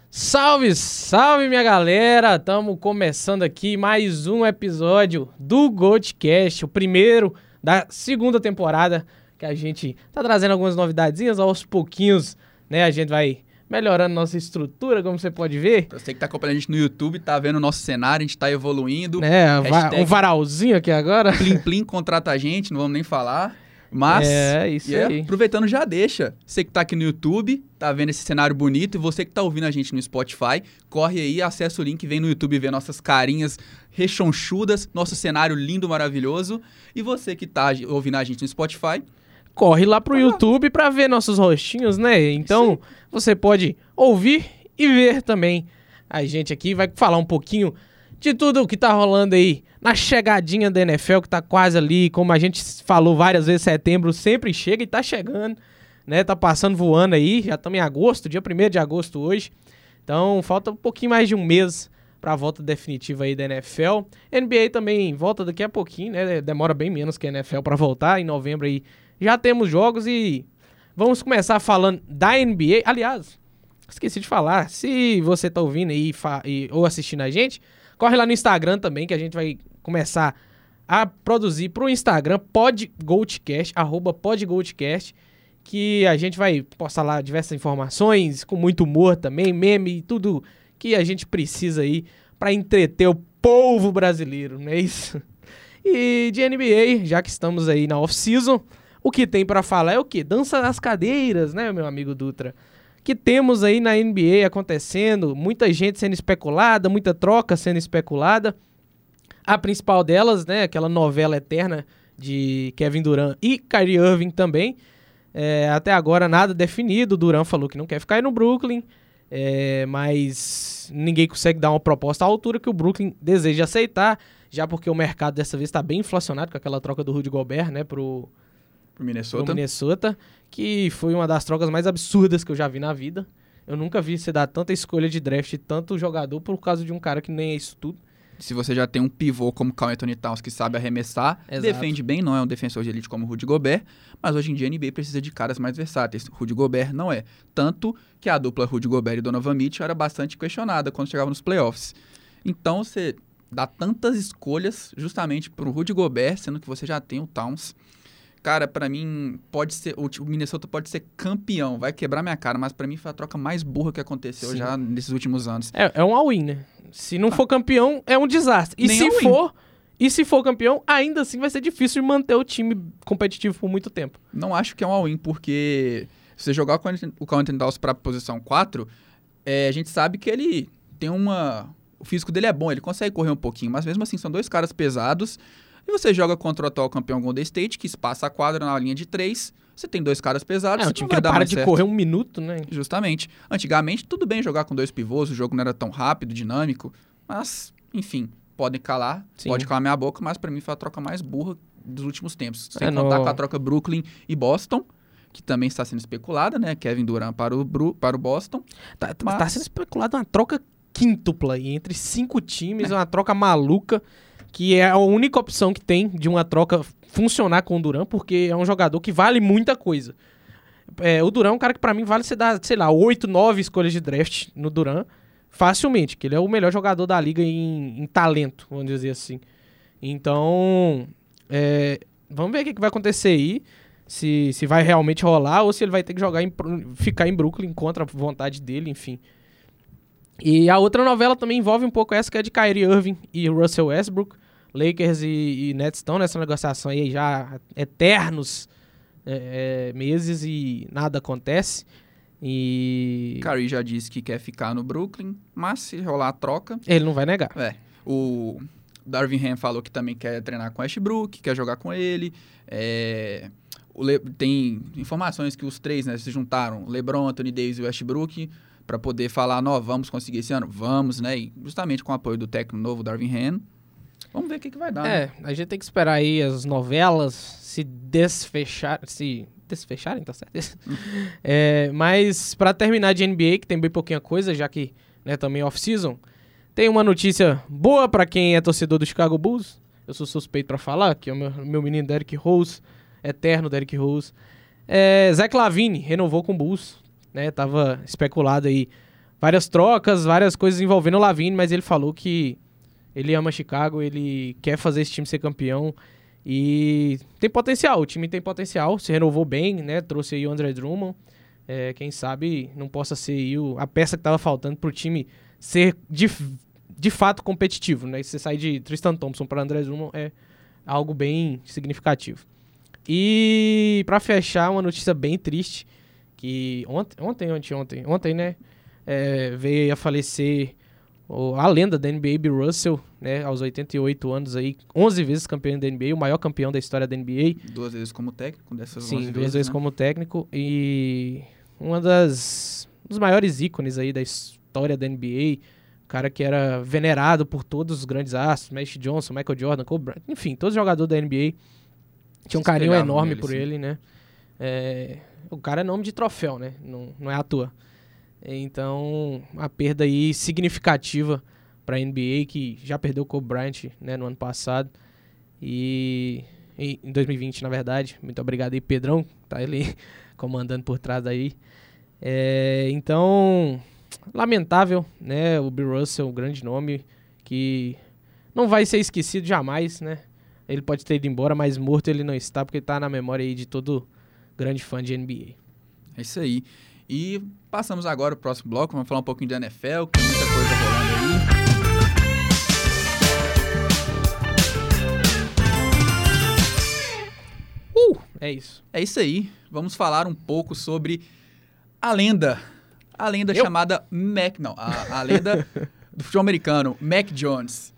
Salve, salve minha galera! Estamos começando aqui mais um episódio do GOATcast, o primeiro da segunda temporada, que a gente tá trazendo algumas novidadezinhas aos pouquinhos, né? A gente vai melhorando nossa estrutura, como você pode ver. Você que tá acompanhando a gente no YouTube, tá vendo o nosso cenário, a gente tá evoluindo. Um varalzinho aqui agora. Plim Plim contrata a gente, não vamos nem falar. Mas, isso aí. Aproveitando, já deixa. Você que tá aqui no YouTube, tá vendo esse cenário bonito, e você que tá ouvindo a gente no Spotify, corre aí, acessa o link, vem no YouTube ver nossas carinhas rechonchudas, nosso cenário lindo, maravilhoso. E você que tá ouvindo a gente no Spotify, corre lá pro YouTube pra ver nossos rostinhos, né? Então, você pode ouvir e ver também a gente aqui. Vai falar um pouquinho de tudo que tá rolando aí na chegadinha da NFL, que tá quase ali, como a gente falou várias vezes, setembro sempre chega e tá chegando, né? Tá passando voando aí, já estamos em agosto, dia 1º de agosto hoje. Então, falta um pouquinho mais de um mês pra volta definitiva aí da NFL. NBA também volta daqui a pouquinho, né? Demora bem menos que a NFL pra voltar, em novembro aí já temos jogos e vamos começar falando da NBA. Aliás, esqueci de falar, se você tá ouvindo aí ou assistindo a gente, corre lá no Instagram também, que a gente vai começar a produzir pro Instagram, podgoatcast, @podgoatcast, que a gente vai postar lá diversas informações, com muito humor também, meme e tudo que a gente precisa aí pra entreter o povo brasileiro, não é isso? E de NBA, já que estamos aí na off-season, o que tem pra falar é o quê? Dança das cadeiras, né, meu amigo Dutra? Que temos aí na NBA acontecendo, muita gente sendo especulada, muita troca sendo especulada. A principal delas, né, aquela novela eterna de Kevin Durant e Kyrie Irving também. Até agora nada definido, o Durant falou que não quer ficar aí no Brooklyn, mas ninguém consegue dar uma proposta à altura que o Brooklyn deseja aceitar, já porque o mercado dessa vez está bem inflacionado com aquela troca do Rudy Gobert, né, pro Minnesota, que foi uma das trocas mais absurdas que eu já vi na vida. Eu nunca vi você dar tanta escolha de draft e tanto jogador por causa de um cara que nem é isso tudo. Se você já tem um pivô como Karl-Anthony Towns que sabe arremessar, Exato. Defende bem, não é um defensor de elite como o Rudy Gobert, mas hoje em dia a NBA precisa de caras mais versáteis. Rudy Gobert não é. Tanto que a dupla Rudy Gobert e Donovan Mitchell era bastante questionada quando chegava nos playoffs. Então você dá tantas escolhas justamente pro Rudy Gobert, sendo que você já tem o Towns. Cara, pra mim, pode ser, o Minnesota pode ser campeão, vai quebrar minha cara, mas pra mim foi a troca mais burra que aconteceu já nesses últimos anos. É um all-in, né? Se não for campeão, é um desastre. E se for campeão, ainda assim vai ser difícil de manter o time competitivo por muito tempo. Não acho que é um all-in, porque se você jogar o Karl-Anthony Towns pra posição 4, a gente sabe que ele tem o físico dele é bom, ele consegue correr um pouquinho, mas mesmo assim são dois caras pesados. E você joga contra o atual campeão Golden State, que espaça a quadra na linha de 3. Você tem dois caras pesados. O time que para de correr um minuto, né? Justamente. Antigamente, tudo bem jogar com dois pivôs, o jogo não era tão rápido, dinâmico. Mas, enfim, podem calar. Sim. Pode calar minha boca, mas pra mim foi a troca mais burra dos últimos tempos. Sem contar com a troca Brooklyn e Boston, que também está sendo especulada, né? Kevin Durant para o Boston. Tá sendo especulada uma troca quíntupla aí, entre 5 times, uma troca maluca, que é a única opção que tem de uma troca funcionar com o Durant, porque é um jogador que vale muita coisa. O Durant é um cara que pra mim vale você dar, sei lá, 8, 9 escolhas de draft no Durant, facilmente, que ele é o melhor jogador da liga em talento, vamos dizer assim. Então, vamos ver o que vai acontecer aí, se vai realmente rolar, ou se ele vai ter que ficar em Brooklyn contra a vontade dele, enfim. E a outra novela também envolve um pouco essa, que é de Kyrie Irving e Russell Westbrook. Lakers e Nets estão nessa negociação aí já eternos meses e nada acontece. E Kyrie já disse que quer ficar no Brooklyn, mas se rolar a troca... ele não vai negar. O Darvin Ham falou que também quer treinar com o Westbrook, quer jogar com ele. Tem informações que os três, né, se juntaram, LeBron, Anthony Davis e Westbrook, para poder falar, vamos conseguir esse ano? Vamos, né? E justamente com o apoio do técnico novo, Darvin Ham. Vamos ver o que vai dar. Né? A gente tem que esperar aí as novelas se desfecharem, tá certo? Mas para terminar de NBA, que tem bem pouquinha coisa, já que, né, também off-season, tem uma notícia boa para quem é torcedor do Chicago Bulls. Eu sou suspeito para falar, que é o meu menino Derrick Rose, eterno Derrick Rose. Zach LaVine renovou com o Bulls, né? Tava especulado aí várias trocas, várias coisas envolvendo o Lavine, mas ele falou que ele ama Chicago, ele quer fazer esse time ser campeão e tem potencial, o time tem potencial, se renovou bem, né? Trouxe aí o Andre Drummond, quem sabe não possa ser aí a peça que estava faltando pro time ser de fato competitivo, né? Se você sair de Tristan Thompson para Andre Drummond é algo bem significativo. E pra fechar, uma notícia bem triste, que ontem, né? Veio a falecer a lenda da NBA, Bill Russell, né, aos 88 anos aí, 11 vezes campeão da NBA, o maior campeão da história da NBA. 2 vezes como técnico dessas 11 vezes. Sim, 2 vezes né? como técnico e dos maiores ícones aí da história da NBA, o cara que era venerado por todos os grandes astros, Magic Johnson, Michael Jordan, Kobe Bryant, enfim, todos os jogadores da NBA tinham um carinho enorme por ele, né? O cara é nome de troféu, né? Não é à toa. Então, uma perda aí significativa para a NBA, que já perdeu o Kobe Bryant, né, no ano passado. E em 2020, na verdade. Muito obrigado aí, Pedrão, tá ele comandando por trás aí. Então, lamentável, né? O Bill Russell, um grande nome, que não vai ser esquecido jamais, né? Ele pode ter ido embora, mas morto ele não está, porque está na memória aí de todo grande fã de NBA. É isso aí. E passamos agora pro próximo bloco, vamos falar um pouquinho da NFL, que tem muita coisa rolando aí. É isso. É isso aí. Vamos falar um pouco sobre a lenda. A lenda chamada a lenda do futebol americano, Mac Jones.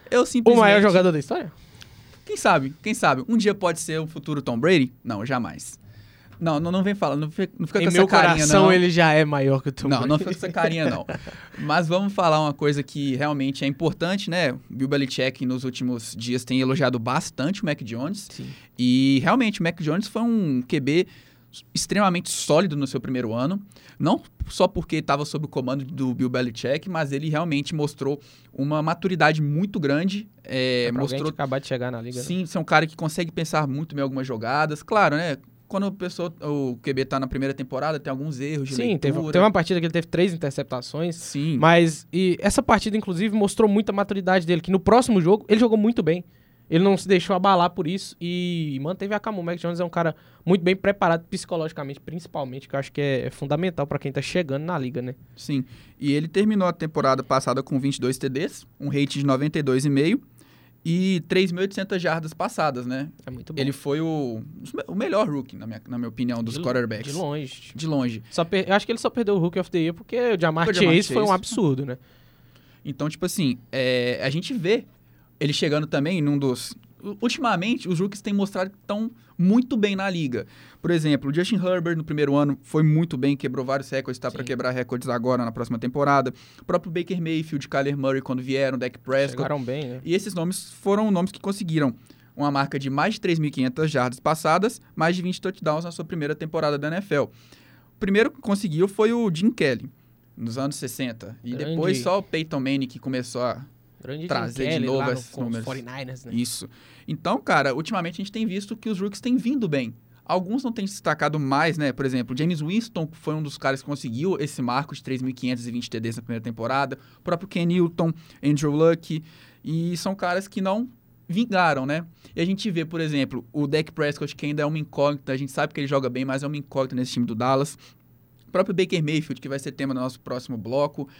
O maior jogador da história? Quem sabe? Um dia pode ser o futuro Tom Brady? Não, jamais. Não vem falando, não fica com essa carinha, não. Em meu coração ele já é maior que o Tom Brady. Não fica com essa carinha, não. Mas vamos falar uma coisa que realmente é importante, né? O Bill Belichick nos últimos dias tem elogiado bastante o Mac Jones. Sim. E realmente o Mac Jones foi um QB extremamente sólido no seu primeiro ano. Não só porque estava sob o comando do Bill Belichick, mas ele realmente mostrou uma maturidade muito grande. Mostrou acabar de chegar na liga. Sim, ser um cara que consegue pensar muito bem algumas jogadas. Claro, né? Quando o QB tá na primeira temporada, tem alguns erros de leitura. Sim, teve uma partida que ele teve 3 interceptações. Sim. Mas essa partida, inclusive, mostrou muita maturidade dele, que no próximo jogo ele jogou muito bem. Ele não se deixou abalar por isso e manteve a calma. O Mac Jones é um cara muito bem preparado psicologicamente, principalmente, que eu acho que é fundamental para quem tá chegando na liga, né? Sim. E ele terminou a temporada passada com 22 TDs, um rate de 92,5 e 3.800 jardas passadas, né? É muito bom. Ele foi o melhor rookie, na minha opinião, dos quarterbacks. De longe. Eu acho que ele só perdeu o Rookie of the Year porque o Jamar Chase foi um absurdo, né? Então, tipo assim, a gente vê ele chegando também num dos... Ultimamente, os rookies têm mostrado que estão muito bem na liga. Por exemplo, o Justin Herbert no primeiro ano foi muito bem, quebrou vários recordes, está para quebrar recordes agora na próxima temporada. O próprio Baker Mayfield, Kyler Murray, quando vieram, Dak Prescott. Chegaram bem, né? E esses nomes foram nomes que conseguiram uma marca de mais de 3.500 jardas passadas, mais de 20 touchdowns na sua primeira temporada da NFL. O primeiro que conseguiu foi o Jim Kelly, nos anos 60. E depois só o Peyton Manning que começou a trazer de novo esses números. 49ers, né? Isso. Então, cara, ultimamente a gente tem visto que os rookies têm vindo bem. Alguns não têm se destacado mais, né? Por exemplo, James Winston foi um dos caras que conseguiu esse marco de 3.520 TDs na primeira temporada. O próprio Ken Newton, Andrew Luck. E são caras que não vingaram, né? E a gente vê, por exemplo, o Dak Prescott, que ainda é uma incógnita. A gente sabe que ele joga bem, mas é uma incógnita nesse time do Dallas. O próprio Baker Mayfield, que vai ser tema do nosso próximo bloco,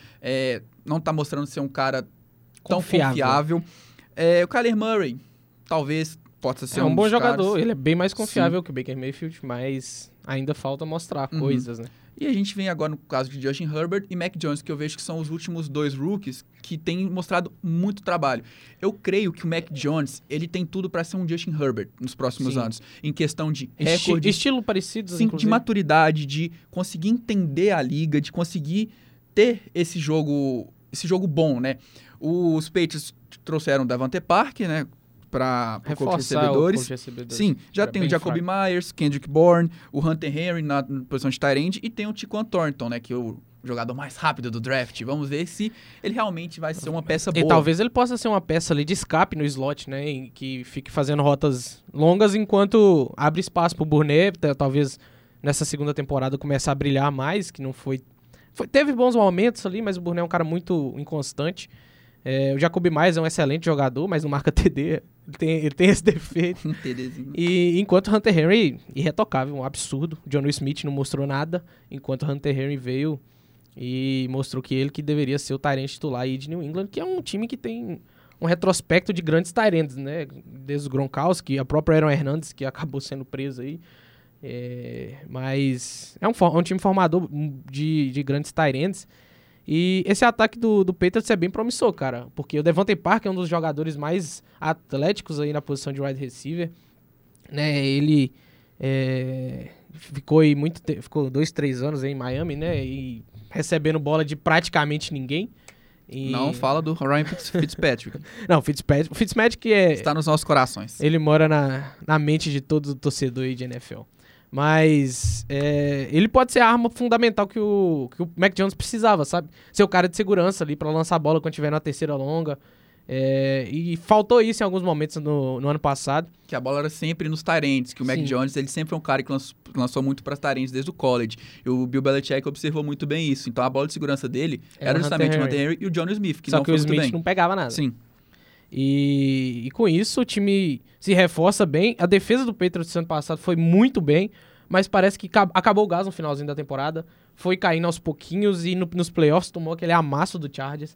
não tá mostrando ser um cara tão confiável. O Kyler Murray, talvez possa ser um bom jogador. caras. Ele é bem mais confiável que o Baker Mayfield, mas ainda falta mostrar coisas, né? E a gente vem agora no caso de Justin Herbert e Mac Jones, que eu vejo que são os últimos 2 rookies que têm mostrado muito trabalho. Eu creio que o Mac Jones, ele tem tudo para ser um Justin Herbert nos próximos anos, em questão de recorde, estilo parecido, sim, de maturidade, de conseguir entender a liga, de conseguir ter esse jogo bom, né? Os Patriots trouxeram o Davante Parker, né? Para o corpo de recebedores. Sim, já tem o Jacoby Myers, Kendrick Bourne, o Hunter Henry na posição de tight end e tem o Tyquan Thornton, né? Que é o jogador mais rápido do draft. Vamos ver se ele realmente vai ser uma peça boa. E talvez ele possa ser uma peça ali de escape no slot, né? Que fique fazendo rotas longas enquanto abre espaço pro Burnett. Talvez nessa segunda temporada comece a brilhar mais, que não foi Teve bons momentos ali, mas o Burnett é um cara muito inconstante. O Jacoby Myers é um excelente jogador, mas não marca TD. Ele tem esse defeito. Um TDzinho. E enquanto o Hunter Henry, irretocável, um absurdo. John Smith não mostrou nada, enquanto o Hunter Henry veio e mostrou que deveria ser o tight end titular aí de New England, que é um time que tem um retrospecto de grandes tight ends, né? Desde o Gronkowski, a própria Aaron Hernandez, que acabou sendo preso aí. Mas é um time formador de grandes tight ends. E esse ataque do Patriots é bem promissor, cara. Porque o Devontae Parker é um dos jogadores mais atléticos aí na posição de wide receiver. Né? Ele ficou 2-3 anos aí em Miami, né? E recebendo bola de praticamente ninguém. Não fala do Ryan Fitzpatrick. Não, Fitzmagic está nos nossos corações. Ele mora na mente de todo torcedor aí de NFL. Mas ele pode ser a arma fundamental que o Mac Jones precisava, sabe? Ser o cara de segurança ali pra lançar a bola quando tiver na terceira longa. E faltou isso em alguns momentos no ano passado. Que a bola era sempre nos tight ends, que o Mac Jones ele sempre é um cara que lançou muito para tight ends desde o college. E o Bill Belichick observou muito bem isso. Então a bola de segurança dele era justamente o Hunter Henry e o John Smith, que Só não que foi o muito Smith bem. não pegava nada. Sim. E com isso o time se reforça bem. A defesa do Patriots ano passado foi muito bem, mas parece que acabou o gás no finalzinho da temporada. Foi caindo aos pouquinhos e nos playoffs tomou aquele amasso do Chargers.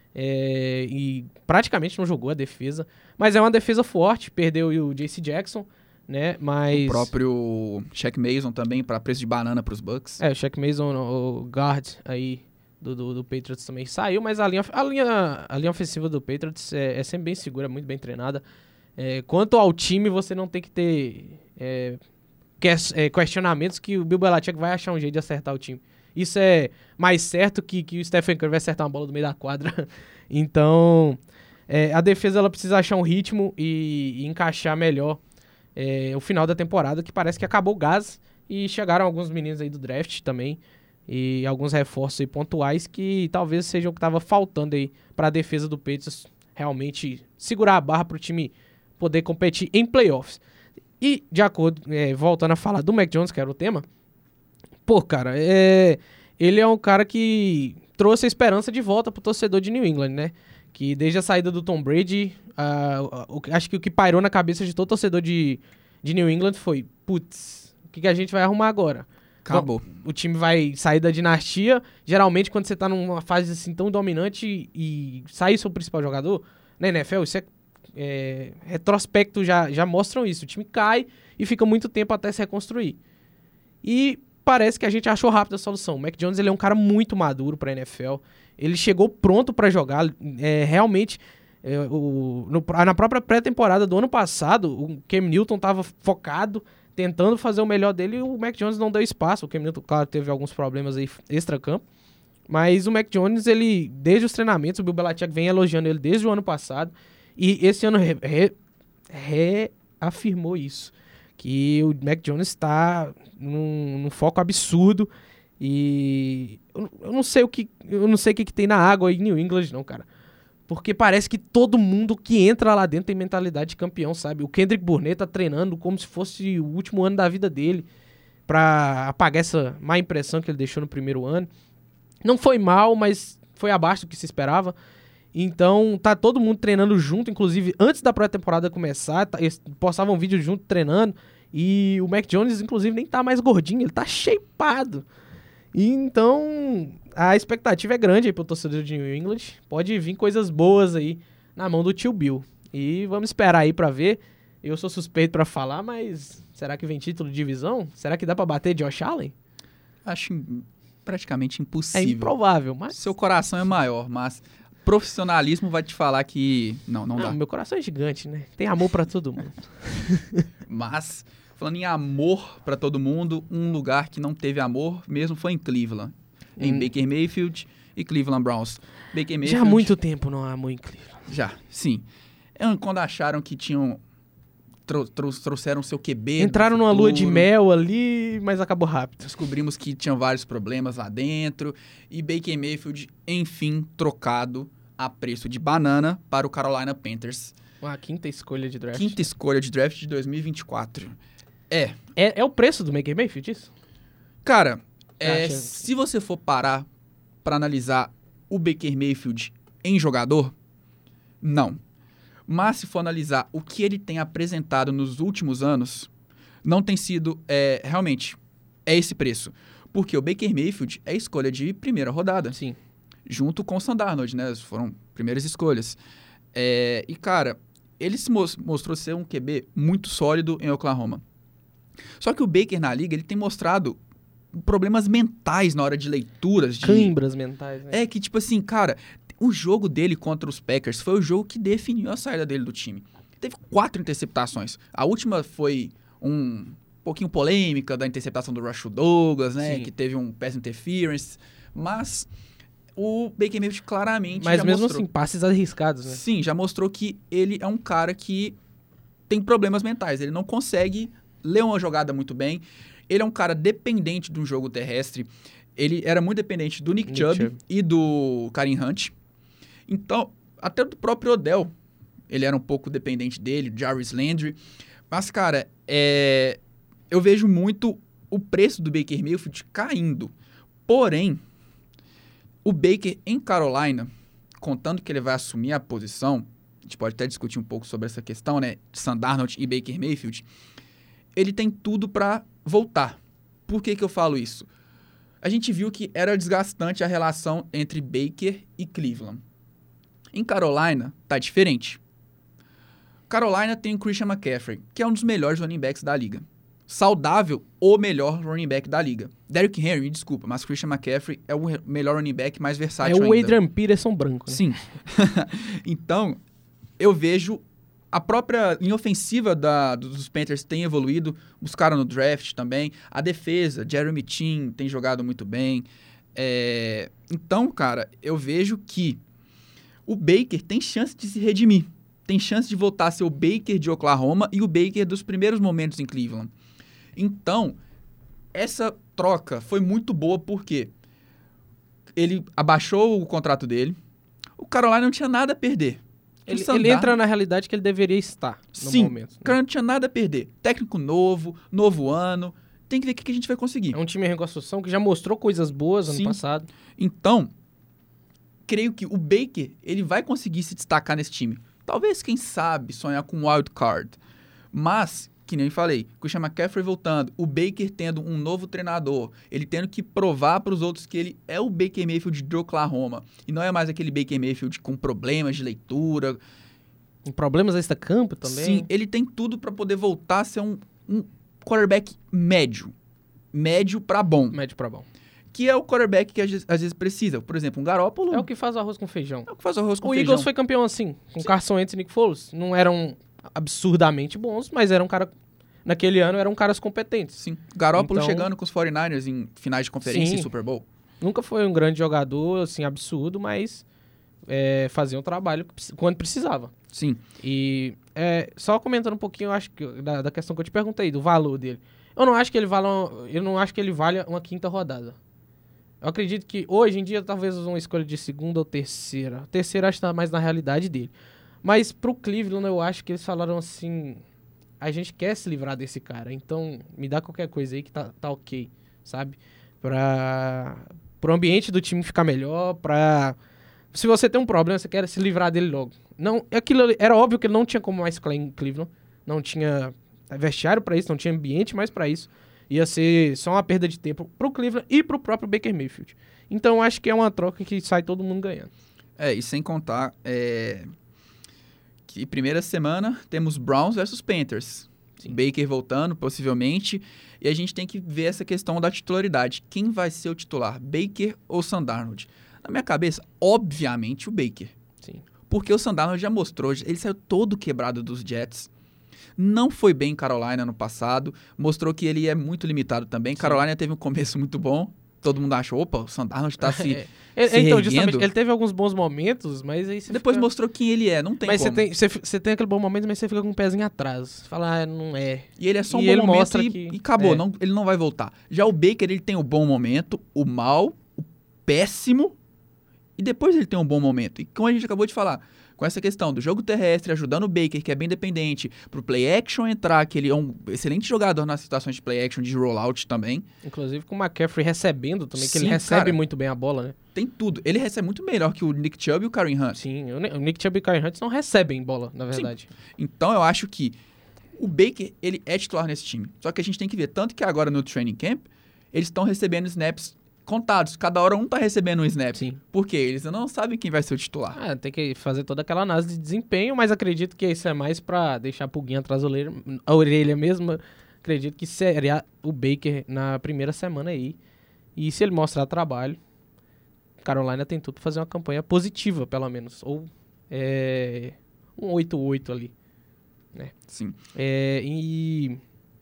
E praticamente não jogou a defesa. Mas é uma defesa forte, perdeu o J.C. Jackson, né? Mas... O próprio Shaq Mason também, para preço de banana para os Bucks. O Shaq Mason, o guard aí do Patriots também saiu, mas a linha ofensiva do Patriots é sempre bem segura, muito bem treinada. Quanto ao time, você não tem que ter questionamentos que o Bill Belichick vai achar um jeito de acertar o time. Isso é mais certo que o Stephen Curry vai acertar uma bola do meio da quadra. Então, a defesa ela precisa achar um ritmo e encaixar melhor o final da temporada, que parece que acabou o gás. E chegaram alguns meninos aí do draft também. E alguns reforços aí pontuais que talvez sejam o que estava faltando aí para a defesa do Patriots realmente segurar a barra para o time poder competir em playoffs. E, de acordo, voltando a falar do Mac Jones, que era o tema, pô, cara, ele é um cara que trouxe a esperança de volta pro torcedor de New England, né? Que desde a saída do Tom Brady, acho que o que pairou na cabeça de todo torcedor de New England foi, putz, o que a gente vai arrumar agora? Acabou. O time vai sair da dinastia. Geralmente, quando você tá numa fase assim tão dominante e sair seu principal jogador, na NFL, isso retrospecto já mostram isso. O time cai e fica muito tempo até se reconstruir. E parece que a gente achou rápido a solução. O Mac Jones ele é um cara muito maduro pra NFL. Ele chegou pronto pra jogar. Realmente, na própria pré-temporada do ano passado, o Cam Newton tava focado, tentando fazer o melhor dele, e o Mac Jones não deu espaço. O Cam Newton, claro, teve alguns problemas aí extra-campo. Mas o Mac Jones, ele, desde os treinamentos, o Bill Belichick vem elogiando ele desde o ano passado. E esse ano reafirmou isso. Que o Mac Jones está num foco absurdo. E eu não sei o que tem na água aí em New England, não, cara. Porque parece que todo mundo que entra lá dentro tem mentalidade de campeão, sabe? O Kendrick Bourne tá treinando como se fosse o último ano da vida dele, pra apagar essa má impressão que ele deixou no primeiro ano. Não foi mal, mas foi abaixo do que se esperava. Então, tá todo mundo treinando junto, inclusive antes da pré-temporada começar, eles postavam vídeo junto treinando, e o Mac Jones, inclusive, nem tá mais gordinho, ele tá shapeado. E então, a expectativa é grande aí pro torcedor de New England. Pode vir coisas boas aí na mão do tio Bill. E vamos esperar aí pra ver. Eu sou suspeito pra falar, mas será que vem título de divisão? Será que dá pra bater Josh Allen? Acho praticamente impossível. É improvável, mas... Seu coração é maior, mas profissionalismo vai te falar que não dá. Meu coração é gigante, né? Tem amor pra todo mundo. Mas... Falando em amor pra todo mundo, um lugar que não teve amor mesmo foi em Cleveland. Em Baker Mayfield e Cleveland Browns. Baker Mayfield... Já há muito tempo não há amor em Cleveland. Já, sim. Quando acharam que tinham... trouxeram seu QB... Entraram numa lua de mel ali, mas acabou rápido. Descobrimos que tinham vários problemas lá dentro. E Baker Mayfield, enfim, trocado a preço de banana para o Carolina Panthers. A quinta escolha de draft. Quinta escolha de draft de 2024. É o preço do Baker Mayfield, isso? Cara, se você for parar para analisar o Baker Mayfield em jogador? Não. Mas se for analisar o que ele tem apresentado nos últimos anos, não tem sido realmente esse preço. Porque o Baker Mayfield é escolha de primeira rodada. Sim. Junto com o Sam Darnold, né? Foram primeiras escolhas. E, cara, ele se mostrou ser um QB muito sólido em Oklahoma. Só que o Baker na liga, ele tem mostrado problemas mentais na hora de leituras. Cãibras mentais, né? Que, tipo assim, cara, o jogo dele contra os Packers foi o jogo que definiu a saída dele do time. Teve 4 interceptações. A última foi um pouquinho polêmica da interceptação do Russell Douglas, né? Sim. Que teve um pass interference. Mas o Baker Mayfield claramente Mas já mesmo mostrou. assim, passes arriscados, né? Sim, já mostrou que ele é um cara que tem problemas mentais. Ele não consegue ler uma jogada muito bem. Ele é um cara dependente de um jogo terrestre. Ele era muito dependente do Nick Chubb e do Kareem Hunt. Então, até do próprio Odell, ele era um pouco dependente dele, Jarvis Landry. Mas, cara, eu vejo muito o preço do Baker Mayfield caindo. Porém, o Baker em Carolina, contando que ele vai assumir a posição, a gente pode até discutir um pouco sobre essa questão, né, de Sam Darnold e Baker Mayfield, ele tem tudo para voltar. Por que eu falo isso? A gente viu que era desgastante a relação entre Baker e Cleveland. Em Carolina, tá diferente. Carolina tem o Christian McCaffrey, que é um dos melhores running backs da liga. Saudável, o melhor running back da liga. Derrick Henry, desculpa, mas Christian McCaffrey é o melhor running back mais versátil ainda. É o Adrian Peterson branco, né? Sim. Então, eu vejo a própria linha ofensiva dos Panthers tem evoluído, buscaram no draft também. A defesa, Jeremy Chin tem jogado muito bem. Então, cara, eu vejo que o Baker tem chance de se redimir. Tem chance de voltar a ser o Baker de Oklahoma e o Baker dos primeiros momentos em Cleveland. Então, essa troca foi muito boa porque ele abaixou o contrato dele, o Carolina não tinha nada a perder. Ele entra na realidade que ele deveria estar no momento. Sim, o Carolina não tinha nada a perder. Técnico novo ano, tem que ver o que a gente vai conseguir. É um time em reconstrução que já mostrou coisas boas ano passado. Então, creio que o Baker ele vai conseguir se destacar nesse time. Talvez, quem sabe, sonhar com um wild card. Mas, que nem eu falei, Christian McCaffrey voltando, o Baker tendo um novo treinador, ele tendo que provar para os outros que ele é o Baker Mayfield de Oklahoma. E não é mais aquele Baker Mayfield com problemas de leitura. Com problemas extra-campo também. Sim, ele tem tudo para poder voltar a ser um quarterback médio. Médio para bom. Médio para bom. Que é o quarterback que às vezes precisa. Por exemplo, um Garoppolo. É o que faz o arroz com feijão. O Eagles foi campeão assim, com Carson Wentz e Nick Foles. Não eram absurdamente bons, mas eram naquele ano eram caras competentes. Sim. Garoppolo então, chegando com os 49ers em finais de conferência e Super Bowl. Nunca foi um grande jogador, assim, absurdo, mas fazia um trabalho quando precisava. Sim. E só comentando um pouquinho, eu acho que da questão que eu te perguntei, do valor dele. Eu não acho que ele valha uma quinta rodada. Eu acredito que hoje em dia talvez uma escolha de segunda ou terceira. A terceira acho que tá mais na realidade dele. Mas pro Cleveland eu acho que eles falaram assim, a gente quer se livrar desse cara, então me dá qualquer coisa aí que tá ok, sabe? Pro ambiente do time ficar melhor, se você tem um problema, você quer se livrar dele logo. Não, era óbvio que ele não tinha como mais ficar em Cleveland, não tinha vestiário pra isso, não tinha ambiente mais pra isso. Ia ser só uma perda de tempo pro Cleveland e pro próprio Baker Mayfield. Então, acho que é uma troca que sai todo mundo ganhando. E sem contar que primeira semana temos Browns versus Panthers. Sim. Baker voltando, possivelmente. E a gente tem que ver essa questão da titularidade. Quem vai ser o titular, Baker ou Sam Darnold? Na minha cabeça, obviamente, o Baker. Sim. Porque o Sam Darnold já mostrou, ele saiu todo quebrado dos Jets. Não foi bem em Carolina no passado, mostrou que ele é muito limitado também. Sim. Carolina teve um começo muito bom, todo mundo achou, opa, o Sam Darnold tá se então, justamente, ele teve alguns bons momentos, mas aí depois mostrou quem ele é, não tem mas como. Mas você tem aquele bom momento, mas você fica com um pezinho atrás. Você fala, não é. E ele é só um bom momento e acabou, ele não vai voltar. Já o Baker, ele tem o bom momento, o mal, o péssimo E depois ele tem um bom momento. E como a gente acabou de falar, com essa questão do jogo terrestre, ajudando o Baker, que é bem dependente, pro play action entrar, que ele é um excelente jogador nas situações de play action, de rollout também. Inclusive com o McCaffrey recebendo também, que ele Sim, recebe cara. muito bem a bola, né? Tem tudo. Ele recebe muito melhor que o Nick Chubb e o Kareem Hunt. Sim, o Nick Chubb e o Kareem Hunt não recebem bola, na verdade. Então eu acho que o Baker, ele é titular nesse time. Só que a gente tem que ver, tanto que agora no training camp, eles estão recebendo snaps contados. Cada hora um tá recebendo um snap. Sim. Por quê? Eles não sabem quem vai ser o titular. Tem que fazer toda aquela análise de desempenho, mas acredito que isso é mais pra deixar a pulguinha atrás da orelha, a orelha mesmo. Acredito que seria o Baker na primeira semana aí. E se ele mostrar trabalho, Carolina tem tudo pra fazer uma campanha positiva, pelo menos. Ou um 8-8 ali. Né? Sim. E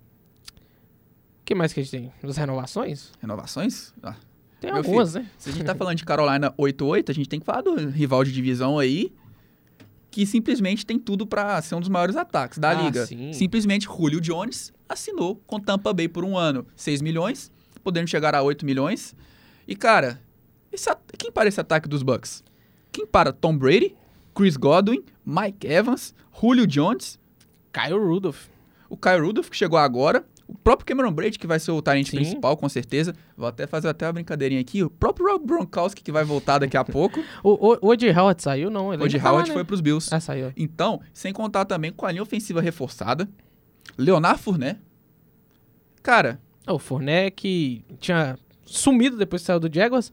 o que mais que a gente tem? As renovações? Renovações? Tem Meu algumas, né? Se a gente tá falando de Carolina 8-8, a gente tem que falar do rival de divisão aí, que simplesmente tem tudo pra ser um dos maiores ataques da liga. Sim. Simplesmente, Julio Jones assinou com Tampa Bay por um ano 6 milhões, podendo chegar a 8 milhões. E, cara, quem para esse ataque dos Bucks? Quem para? Tom Brady, Chris Godwin, Mike Evans, Julio Jones, Kyle Rudolph. o Kyle Rudolph, que chegou agora, o próprio Cameron Brate, que vai ser o talento Sim. principal, com certeza. Vou até fazer uma brincadeirinha aqui. O próprio Rob Gronkowski, que vai voltar daqui a pouco. O O.J. Howard saiu, não? O O.J. Howard foi pros Bills. Saiu. Então, sem contar também com a linha ofensiva reforçada. Leonard Fournette. Cara, O Fournette que tinha sumido depois que saiu do Jaguars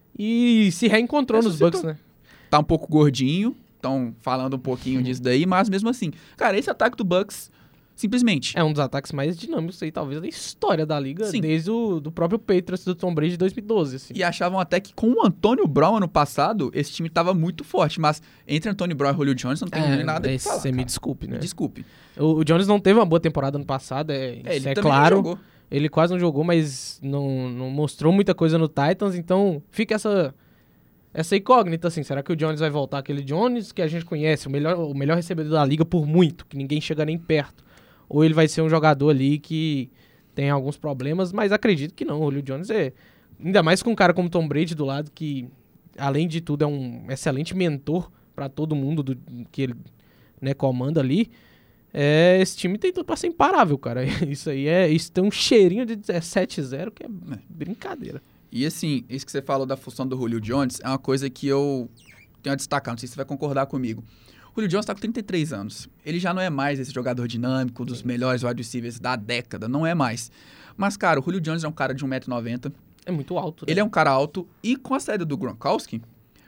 e se reencontrou nos Ressuscitou. Bucks, né? tá um pouco gordinho. Estão falando um pouquinho disso daí, mas mesmo assim. Cara, esse ataque do Bucks, simplesmente... É um dos ataques mais dinâmicos aí, talvez, da história da liga, Sim. desde o do próprio Patriots do Tom Brady de 2012, assim. E achavam até que com o Antônio Brown ano passado, esse time tava muito forte. Mas entre Antônio Brown e Julio Jones não tem nem nada pra falar. Você me cara. desculpe, né? Me desculpe. O Jones não teve uma boa temporada ano passado, Ele isso é também claro. não jogou. Ele quase não jogou, mas não mostrou muita coisa no Titans, então fica essa incógnita, assim. Será que o Jones vai voltar aquele Jones que a gente conhece, o melhor recebedor da liga por muito, que ninguém chega nem perto? Ou ele vai ser um jogador ali que tem alguns problemas, mas acredito que não. O Julio Jones ainda mais com um cara como Tom Brady do lado, que além de tudo é um excelente mentor pra todo mundo que ele, né, comanda ali. Esse time tem tudo pra ser imparável, cara. Isso tem um cheirinho de 17-0 que é brincadeira. E assim, isso que você falou da função do Julio Jones é uma coisa que eu tenho a destacar, não sei se você vai concordar comigo. O Julio Jones tá com 33 anos. Ele já não é mais esse jogador dinâmico, dos melhores wide receivers da década, não é mais. Mas, cara, o Julio Jones é um cara de 1,90 m. É muito alto, né? Ele é um cara alto e com a saída do Gronkowski,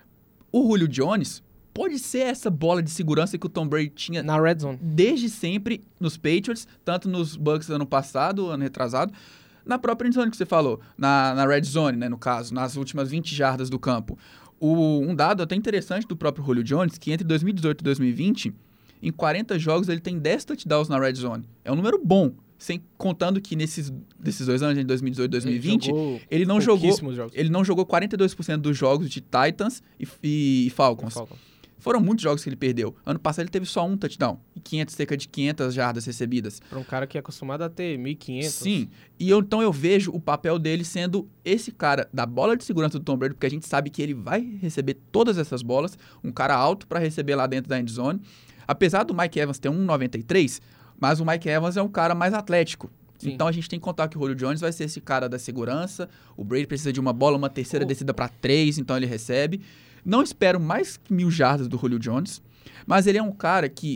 o Julio Jones pode ser essa bola de segurança que o Tom Brady tinha Na red zone. desde sempre nos Patriots, tanto nos Bucks ano passado, ano retrasado, na própria endzone que você falou, na red zone, né, no caso, nas últimas 20 jardas do campo. Um dado até interessante do próprio Julio Jones, que entre 2018 e 2020, em 40 jogos ele tem 10 touchdowns na red zone. É um número bom, contando que desses 2 anos, em 2018 e 2020, ele não jogou 42% dos jogos de Titans e Falcons. Foram muitos jogos que ele perdeu. Ano passado ele teve só um touchdown e cerca de 500 jardas recebidas. Para um cara que é acostumado a ter 1.500. Sim, e então eu vejo o papel dele sendo esse cara da bola de segurança do Tom Brady, porque a gente sabe que ele vai receber todas essas bolas, um cara alto para receber lá dentro da endzone. Apesar do Mike Evans ter 1,93, mas o Mike Evans é um cara mais atlético. Sim. Então a gente tem que contar que o Julio Jones vai ser esse cara da segurança, o Brady precisa de uma bola, uma terceira descida para 3, então ele recebe. Não espero mais que 1.000 jardas do Julio Jones, mas ele é um cara que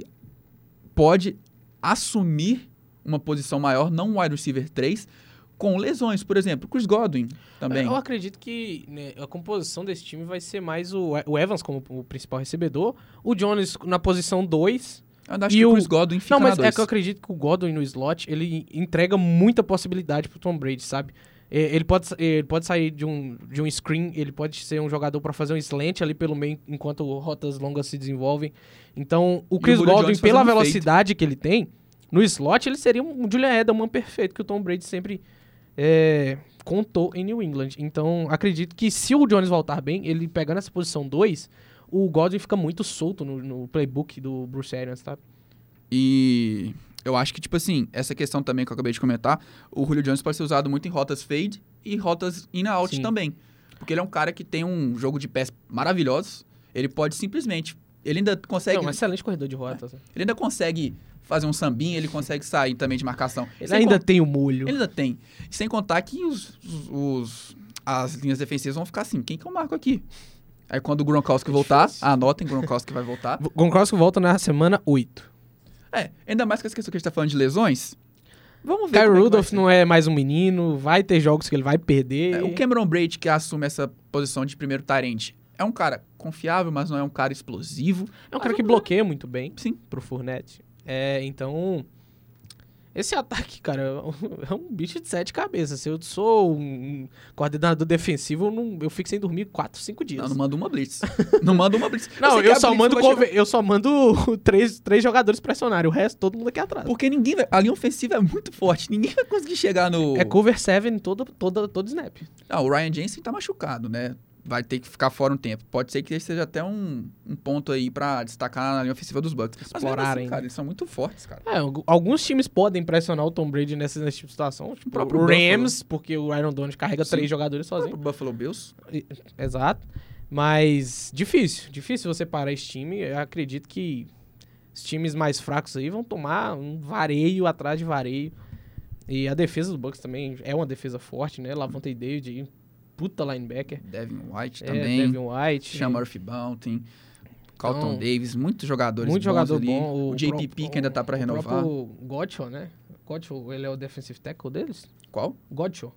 pode assumir uma posição maior, não um wide receiver 3, com lesões. Por exemplo, Chris Godwin também. Eu acredito que, né, a composição desse time vai ser mais o Evans como o principal recebedor, o Jones na posição 2. Eu acho que o Chris Godwin fica Não, mas na 2. é que eu acredito que o Godwin no slot, ele entrega muita possibilidade pro Tom Brady, sabe? Ele pode sair de um screen, ele pode ser um jogador para fazer um slant ali pelo meio, enquanto rotas longas se desenvolvem. Então, o Chris Godwin, pela velocidade que ele tem, no slot, ele seria um Julian Edelman perfeito, que o Tom Brady sempre contou em New England. Então, acredito que se o Jones voltar bem, ele pegando essa posição 2, o Godwin fica muito solto no playbook do Bruce Arians, tá? E eu acho que, tipo assim, essa questão também que eu acabei de comentar, o Julio Jones pode ser usado muito em rotas fade e rotas in-out também. Porque ele é um cara que tem um jogo de pés maravilhoso. Ele pode simplesmente... Ele ainda consegue... É um excelente corredor de rotas. Ele ainda consegue fazer um sambinha, ele consegue sair também de marcação. Ele ainda tem o molho. Ele ainda tem. Sem contar que as linhas defensivas vão ficar assim, quem que eu marco aqui? Aí quando o Gronkowski voltar, anotem, Gronkowski vai voltar. Gronkowski volta na semana 8. Ainda mais com essa questão que a gente tá falando de lesões. Vamos ver. Kyle Rudolph não é mais um menino, vai ter jogos que ele vai perder. O Cameron Brate, que assume essa posição de primeiro tight end, é um cara confiável, mas não é um cara explosivo. É um cara que bloqueia muito bem. Sim. Pro Fournette. Então... Esse ataque, cara, é um bicho de 7 cabeças. Se eu sou um coordenador defensivo, eu fico sem dormir 4, 5 dias. Não manda uma blitz. Não manda uma blitz. Não, eu só mando três jogadores pressionarem. O resto, todo mundo aqui atrás. Porque ninguém vai... A linha ofensiva é muito forte. Ninguém vai conseguir chegar no... É cover 7 todo snap. Não, o Ryan Jensen tá machucado, né? Vai ter que ficar fora um tempo. Pode ser que esse seja até um ponto aí pra destacar na linha ofensiva dos Bucks. Mas mesmo assim, cara, eles são muito fortes, cara. Alguns times podem pressionar o Tom Brady nesse tipo de situação. Tipo, o próprio Rams, porque o Aaron Donald carrega 3 jogadores sozinho. O Buffalo Bills. Exato. Mas difícil você parar esse time. Eu acredito que os times mais fracos aí vão tomar um vareio atrás de vareio. E a defesa do Bucks também é uma defesa forte, né? Lavonte David, puta linebacker. Devin White também. Devin White. Sean Murphy Bunting. Carlton Davis. Muitos jogadores bons jogador ali. Bom. O JPP que ainda tá pra renovar. O Godcho, né? Godcho, ele é o defensive tackle deles? Qual? Godcho.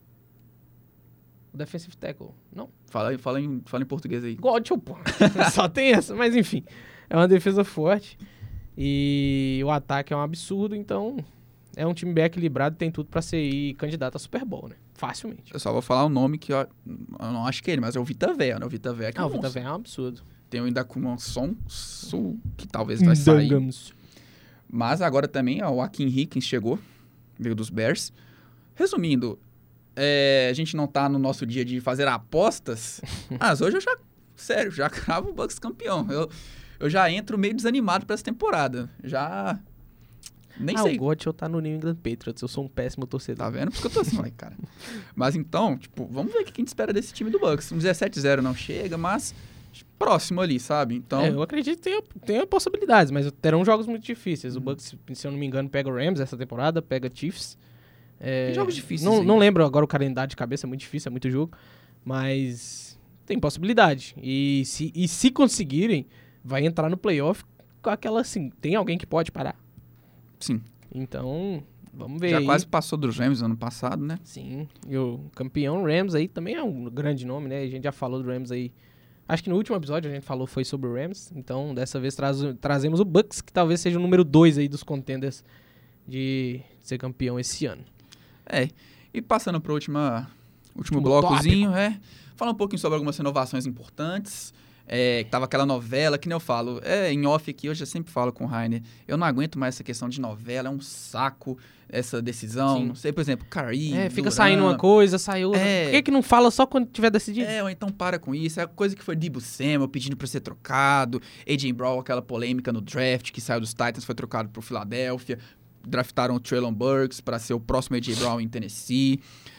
O defensive tackle. Não. Fala em português aí. Godcho, pô. Só tem essa. Mas enfim. É uma defesa forte. E o ataque é um absurdo, então... É um time bem equilibrado e tem tudo pra ser candidato a Super Bowl, né? Facilmente. Eu só vou falar o nome que eu não acho que é ele, mas é o Vita Vea, né? O Vita Vea que o Vita Vea é um absurdo. Tem o Indacumon Son, que talvez vai sair. Mas agora também o Akin Hickens chegou, veio dos Bears. Resumindo, a gente não tá no nosso dia de fazer apostas, mas hoje eu já cravo o Bucks campeão. Eu já entro meio desanimado pra essa temporada. Nem sei. O Godcho tá no New England Patriots. Eu sou um péssimo torcedor. Tá vendo? Por isso que eu tô assim, cara. Mas então, vamos ver o que a gente espera desse time do Bucks. Um 17-0 não chega, mas próximo ali, sabe? Então... eu acredito que tem possibilidades, mas terão jogos muito difíceis. O Bucks, se eu não me engano, pega o Rams essa temporada, pega Chiefs. Tem jogos difíceis. Não lembro agora o calendário de cabeça, é muito difícil, é muito jogo. Mas tem possibilidade. E se conseguirem, vai entrar no playoff com aquela assim, tem alguém que pode parar. Sim. Então, vamos ver. Já aí. quase passou dos Rams ano passado, né? Sim. E o campeão Rams aí também é um grande nome, né? A gente já falou do Rams aí. Acho que no último episódio a gente falou foi sobre o Rams. Então, dessa vez trazemos o Bucks, que talvez seja o número 2 aí dos contenders de ser campeão esse ano. E passando para o último blocozinho, falar um pouquinho sobre algumas renovações importantes. Que tava aquela novela, que nem eu falo, em off aqui, eu já sempre falo com o Rainer, eu não aguento mais essa questão de novela, é um saco essa decisão. Sim. Não sei, por exemplo, Curry, fica saindo uma coisa, saiu outra. Por que não fala só quando tiver decidido? Ou então para com isso. É a coisa que foi Deebo Samuel pedindo pra ser trocado, A.J. Brown, aquela polêmica no draft, que saiu dos Titans, foi trocado pro Philadelphia, draftaram o Treylon Burks pra ser o próximo A.J. Brown em Tennessee.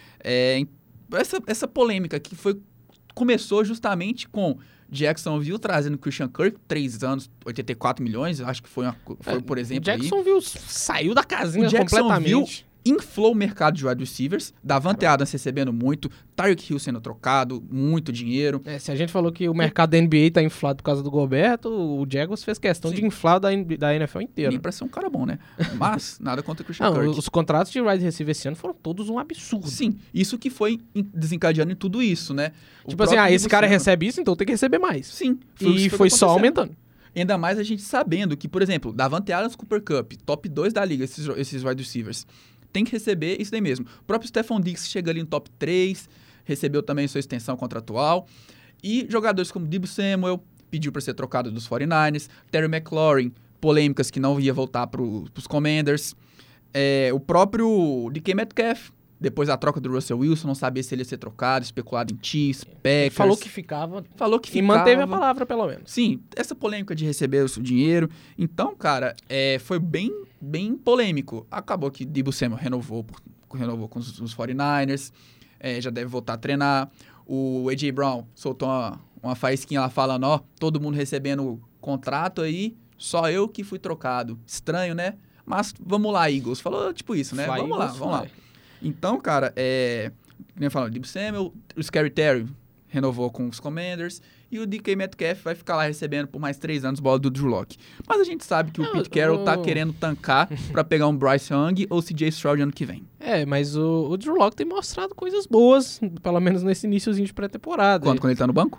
Essa polêmica que começou justamente com Jacksonville trazendo Christian Kirk, 3 anos, 84 milhões, acho que foi por exemplo, Jacksonville saiu da casinha completamente. completamente. Inflou o mercado de wide receivers, Davante Adams recebendo muito, Tyreek Hill sendo trocado, muito dinheiro. Se a gente falou que o mercado da NBA tá inflado por causa do Gobert, o Jaguars fez questão de inflar da NFL inteira. Nem pra ser um cara bom, né? Mas, nada contra o Christian Kirk. Os contratos de wide receiver esse ano foram todos um absurdo. Sim, isso que foi desencadeando em tudo isso, né? Esse cara recebe isso, então tem que receber mais. Sim. E foi só aumentando. Ainda mais a gente sabendo que, por exemplo, Davante Adams, Cooper Kupp, top 2 da liga, esses wide receivers, tem que receber isso daí mesmo. O próprio Stephon Diggs chega ali no top 3, recebeu também sua extensão contratual. E jogadores como Deebo Samuel, pediu para ser trocado dos 49ers, Terry McLaurin, polêmicas que não ia voltar para os Commanders. O próprio DK Metcalf, depois da troca do Russell Wilson, não sabia se ele ia ser trocado, especulado em Chiefs, Packers. Falou que ficava. E manteve a palavra, pelo menos. Sim, essa polêmica de receber o seu dinheiro. Então, cara, foi bem polêmico. Acabou que Deebo Samuel renovou com os 49ers, já deve voltar a treinar. O A.J. Brown soltou uma faísquinha lá falando, ó, todo mundo recebendo contrato aí, só eu que fui trocado. Estranho, né? Mas vamos lá, Eagles. Falou tipo isso, né? Fly Vamos lá, Eagles, vamos lá. fly. Então, cara, nem falando, Deebo Samuel, o Scary Terry renovou com os Commanders e o DK Metcalf vai ficar lá recebendo por mais 3 anos bola do Drew Lock. Mas a gente sabe que o Pete Carroll tá querendo tancar pra pegar um Bryce Young ou CJ Stroud ano que vem. Mas o Drew Lock tem mostrado coisas boas, pelo menos nesse iniciozinho de pré-temporada. Quando ele tá no banco?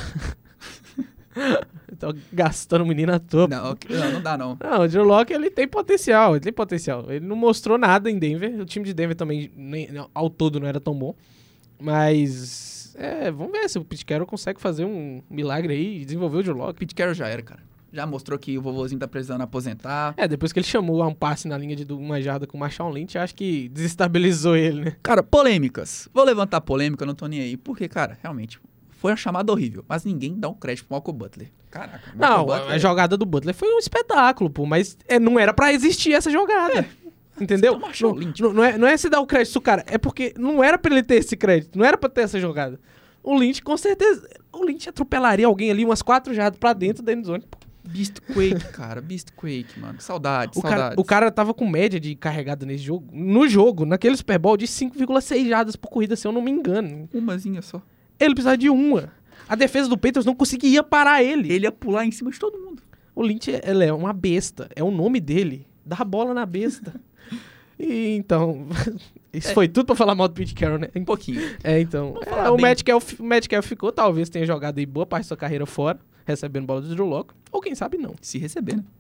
Tô gastando o menino à toa. Não dá não. Não, o Drew Lock, ele tem potencial, Ele não mostrou nada em Denver. O time de Denver também, ao todo, não era tão bom. Mas, vamos ver se o Pete Carroll consegue fazer um milagre aí e desenvolver o Drew Lock. Pete Carroll já era, cara. Já mostrou que o vovozinho tá precisando aposentar. Depois que ele chamou um passe na linha de uma jarda com o Marshawn Lynch, acho que desestabilizou ele, né? Cara, polêmicas. Vou levantar polêmica, não tô nem aí. Porque, cara, realmente, foi uma chamada horrível. Mas ninguém dá um crédito pro Malcolm Butler. Caraca. Não, a jogada do Butler foi um espetáculo, pô. Mas não era pra existir essa jogada. Entendeu? Não é se dar o crédito, cara. É porque não era pra ele ter esse crédito. Não era pra ter essa jogada. O Lynch, com certeza... O Lynch atropelaria alguém ali umas 4 jardas pra dentro da endzone. Beastquake, cara. Beastquake, mano. Saudades. O cara tava com média de carregada nesse jogo. No jogo, naquele Super Bowl, de 5,6 jardas por corrida, se eu não me engano. Umazinha só. Ele precisava de uma. A defesa do Patriots não conseguia parar ele. Ele ia pular em cima de todo mundo. O Lynch, ele é uma besta. É o nome dele. Dá a bola na besta. E então... Isso foi tudo pra falar mal do Pete Carroll, né? Um pouquinho. Então... O Metcalf ficou, talvez tenha jogado aí boa parte da sua carreira fora, recebendo bola do Drew Lock. Ou quem sabe não. Se receber, né?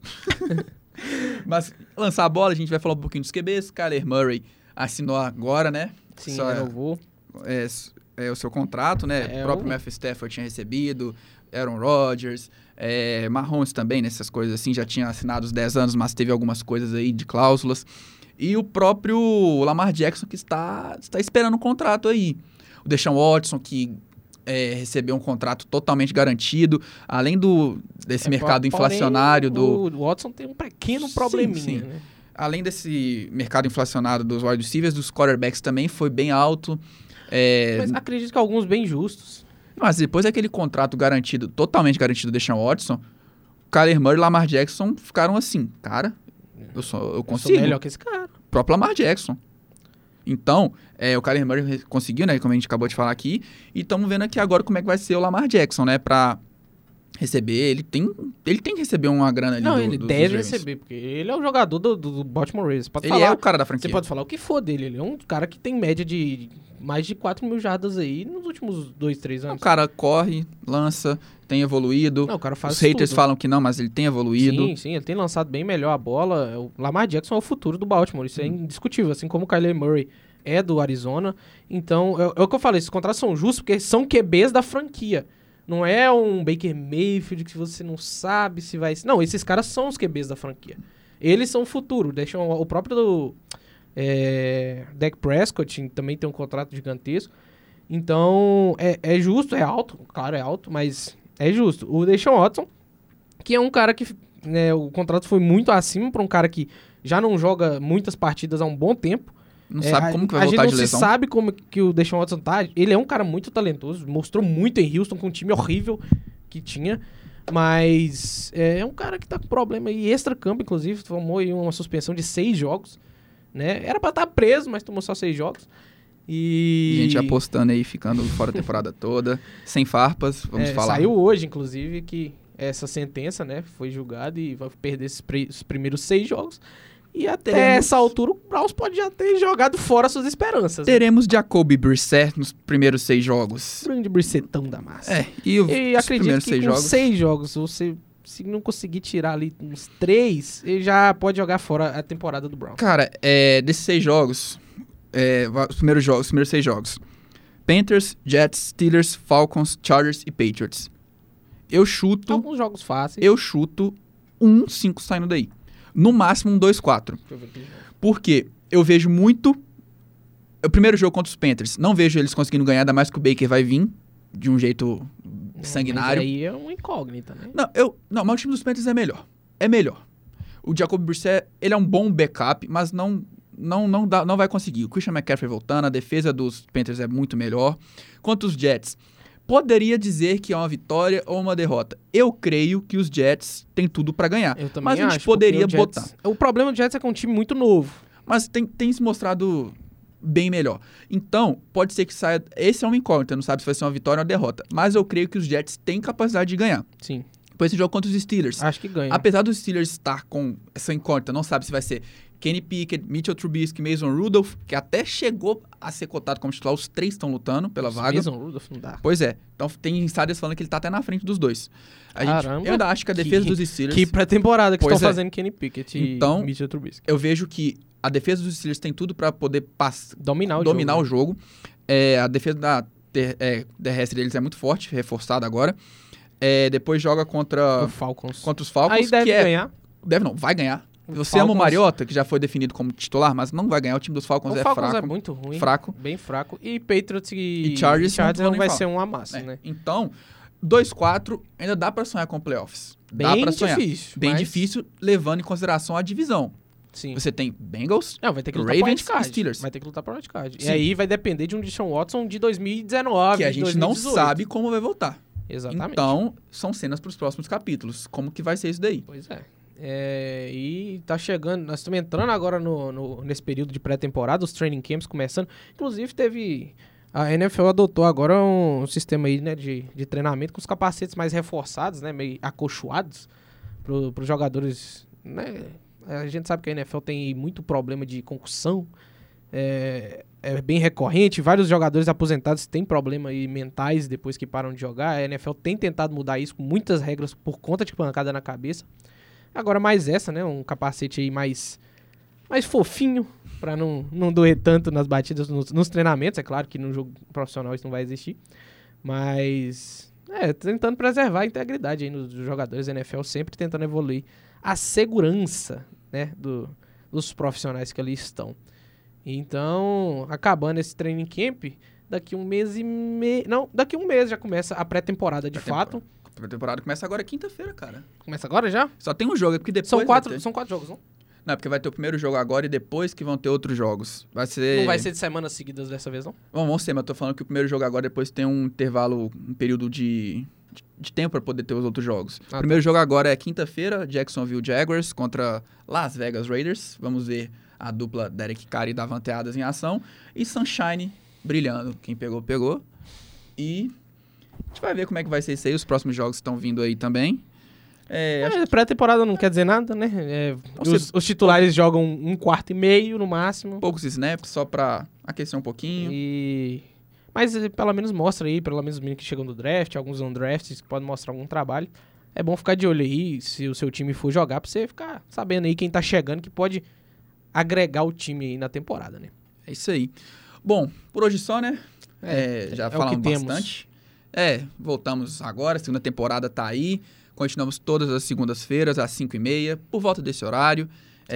Mas lançar a bola, a gente vai falar um pouquinho dos QBs. Kyler Murray assinou agora, né? Sim, renovou. É o seu contrato, né? O próprio Matthew Stafford tinha recebido, Aaron Rodgers, Mahomes também, nessas coisas assim, já tinha assinado os 10 anos, mas teve algumas coisas aí de cláusulas. E o próprio Lamar Jackson, que está esperando um contrato aí. O Deshaun Watson, que recebeu um contrato totalmente garantido, além desse mercado inflacionário do... O Watson tem um pequeno probleminha, sim. né? Além desse mercado inflacionado dos wide receivers, dos quarterbacks também foi bem alto. Mas acredito que alguns bem justos. Mas depois daquele contrato garantido, totalmente garantido do Deshaun Watson, Kyler Murray e Lamar Jackson ficaram assim, cara, eu consigo. Eu sou melhor que esse cara. O próprio Lamar Jackson. Então, o Kyler Murray conseguiu, né, como a gente acabou de falar aqui, e estamos vendo aqui agora como é que vai ser o Lamar Jackson, né, pra receber, ele tem que receber uma grana ali. Não, ele deve receber, porque ele é o jogador do Baltimore Ravens. Ele é o cara da franquia. Você pode falar o que for dele, ele é um cara que tem média de mais de 4 mil jardas aí nos últimos 2, 3 anos. O cara corre, lança, tem evoluído. Não, o cara faz Os haters tudo. falam que não, mas ele tem evoluído. Sim, ele tem lançado bem melhor a bola. O Lamar Jackson é o futuro do Baltimore, isso é indiscutível, assim como o Kyler Murray é do Arizona. Então, é o que eu falei, esses contratos são justos porque são QBs da franquia. Não é um Baker Mayfield que você não sabe se vai... Não, esses caras são os QBs da franquia. Eles são o futuro. Deixam o próprio Dak Prescott também tem um contrato gigantesco. Então, é justo, é alto. Claro, é alto, mas é justo. O Deshaun Watson, que é um cara que... Né, o contrato foi muito acima para um cara que já não joga muitas partidas há um bom tempo. Não sabe como que vai voltar de lesão. A gente não sabe como que o Deshaun Watson tá. Ele é um cara muito talentoso. Mostrou muito em Houston com um time horrível que tinha. Mas é um cara que tá com problema aí extra-campo, inclusive. Tomou aí uma suspensão de 6 jogos. Né? Era pra estar preso, mas tomou só 6 jogos. E gente apostando aí, ficando fora a temporada toda. Sem farpas, vamos falar. Saiu hoje, inclusive, que essa sentença, né, foi julgada e vai perder os primeiros 6 jogos. E até essa altura o Browns pode já ter jogado fora suas esperanças. Teremos Jacoby Brissett nos primeiros 6 jogos. Grande Brissettão da massa. E os primeiros 6 jogos. 6 jogos, você, se não conseguir tirar ali uns 3, ele já pode jogar fora a temporada do Browns. Cara, desses 6 jogos, os primeiros 6 jogos. Panthers, Jets, Steelers, Falcons, Chargers e Patriots. Eu chuto... Alguns jogos fáceis. Eu chuto 1-5 saindo daí. No máximo 2-4. Porque eu vejo muito... O primeiro jogo contra os Panthers, não vejo eles conseguindo ganhar, ainda mais que o Baker vai vir de um jeito sanguinário. Mas aí é uma incógnita, né? Não, mas o time dos Panthers é melhor. É melhor. O Jacoby Brissett, ele é um bom backup, mas não não vai conseguir. O Christian McCaffrey voltando, a defesa dos Panthers é muito melhor. Quanto os Jets, poderia dizer que é uma vitória ou uma derrota. Eu creio que os Jets têm tudo para ganhar. Eu também mas a gente acho, poderia porque o Jets- botar. O problema do Jets é que é um time muito novo. Mas tem se mostrado bem melhor. Então, pode ser que saia... Esse é uma incógnita, não sabe se vai ser uma vitória ou uma derrota. Mas eu creio que os Jets têm capacidade de ganhar. Sim, Depois esse jogo contra os Steelers. acho que ganha. Apesar dos Steelers estar com essa incógnita, não sabe se vai ser Kenny Pickett, Mitchell Trubisky, Mason Rudolph, que até chegou a ser cotado como titular, os três estão lutando pela vaga. Mason Rudolph não dá. Pois é. Então tem insiders falando que ele tá até na frente dos dois. Caramba, Eu ainda acho que a defesa dos Steelers... Que pré-temporada que Pois estão é. fazendo Kenny Pickett e Então, Mitchell Trubisky. Eu vejo que a defesa dos Steelers tem tudo pra poder Dominar o jogo. A defesa terrestre deles é muito forte, reforçada agora. Depois joga contra O Falcons. os Falcons, Aí deve que ganhar. Deve não, vai ganhar. O Você ama o Falcons- Mariota, que já foi definido como titular, mas não vai ganhar. O time dos Falcons O é Falcons fraco. é muito ruim. fraco. Bem fraco. E Patriots E Chargers não vou nem vai falar. ser um amasso, né? né? Então, 2-4 ainda dá pra sonhar com playoffs. Dá Bem pra sonhar. difícil. Bem mas- difícil, levando em consideração a divisão. Sim. Você tem Bengals, Não, vai ter que lutar Ravens por wildcard. e Steelers. Vai ter que lutar por wildcard. E Sim. aí vai depender de um Deshaun Watson de 2019, que a de gente não 2018. sabe como vai voltar. Exatamente. Então, são cenas pros próximos capítulos. Como que vai ser isso daí? Pois é. E tá chegando, nós estamos entrando agora nesse período de pré-temporada, os training camps começando. Inclusive teve, a NFL adotou agora um sistema aí, né, de treinamento com os capacetes mais reforçados, né, meio acolchoados pros jogadores, né. A gente sabe que a NFL tem muito problema de concussão, é bem recorrente, vários jogadores aposentados têm problema aí mentais depois que param de jogar. A NFL tem tentado mudar isso com muitas regras por conta de pancada na cabeça. Agora mais essa, né? Um capacete aí mais fofinho, pra não doer tanto nas batidas, nos treinamentos. É claro que no jogo profissional isso não vai existir. Mas, tentando preservar a integridade aí dos jogadores. A NFL sempre tentando evoluir a segurança, né? Dos profissionais que ali estão. Então, acabando esse training camp, daqui um mês e meio... Não, daqui um mês já começa a pré-temporada de fato. A temporada começa agora quinta-feira, cara. Começa agora já? Só tem um jogo, é porque depois São vai quatro ter. jogos, não? Não, é porque vai ter o primeiro jogo agora e depois que vão ter outros jogos. Vai ser... Não vai ser de semanas seguidas dessa vez, não? Bom, vamos ser, mas eu tô falando que o primeiro jogo agora depois tem um intervalo, um período de tempo pra poder ter os outros jogos. Ah, O primeiro jogo agora é quinta-feira, Jacksonville Jaguars contra Las Vegas Raiders. Vamos ver a dupla Derek Carr e Davante Adams em ação. E Sunshine brilhando. Quem pegou, pegou. E a gente vai ver como é que vai ser isso aí. Os próximos jogos estão vindo aí também. Pré-temporada não quer dizer nada, né? Os titulares jogam um quarto e meio no máximo. Poucos snaps só pra aquecer um pouquinho. Mas pelo menos mostra aí, pelo menos os meninos que chegam do draft, alguns undrafts que podem mostrar algum trabalho. É bom ficar de olho aí, se o seu time for jogar, pra você ficar sabendo aí quem tá chegando, que pode agregar o time aí na temporada, né? É isso aí. Bom, por hoje só, né? Já falamos bastante. Voltamos agora, a segunda temporada tá aí. Continuamos todas as segundas-feiras, às 5h30, por volta desse horário.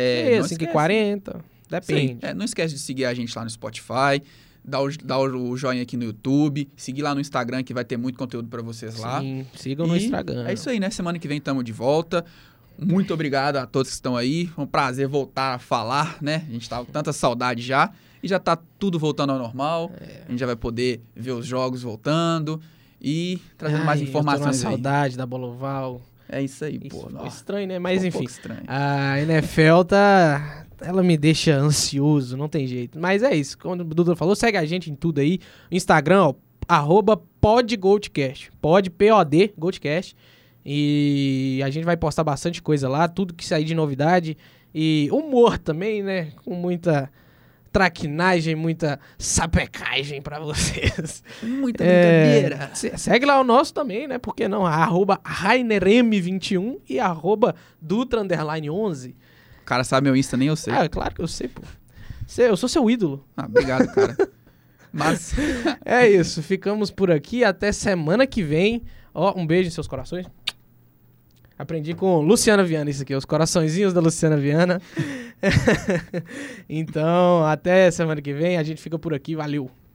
5h40, depende. Não esquece de seguir a gente lá no Spotify, dar o joinha aqui no YouTube, seguir lá no Instagram, que vai ter muito conteúdo pra vocês lá. Sim, sigam no Instagram. É isso aí, né? Semana que vem estamos de volta. Muito obrigado a todos que estão aí. Foi um prazer voltar a falar, né? A gente tava com tanta saudade já. E já tá tudo voltando ao normal. A gente já vai poder ver os jogos voltando e trazendo mais informações eu tô aí. saudade da bola oval. É isso aí, Isso pô. ficou Nossa, estranho, né? Mas ficou um enfim, pouco estranho. a NFL ela me deixa ansioso, não tem jeito. Mas é isso, como o Duda falou, segue a gente em tudo aí. O Instagram, @podgoldcast. P-O-D, Goldcast. E a gente vai postar bastante coisa lá, tudo que sair de novidade. E humor também, né? Com muita traquinagem, muita sapecagem pra vocês. Muita brincadeira. Segue lá o nosso também, né? Por que não? @RainerM21 e @Dutra_11. O cara sabe meu Insta, nem eu sei. Claro que eu sei, pô. Eu sou seu ídolo. Obrigado, cara. Mas É isso, ficamos por aqui. Até semana que vem. Um beijo em seus corações. Aprendi com Luciana Viana isso aqui, os coraçõezinhos da Luciana Viana. Então, até semana que vem. A gente fica por aqui. Valeu.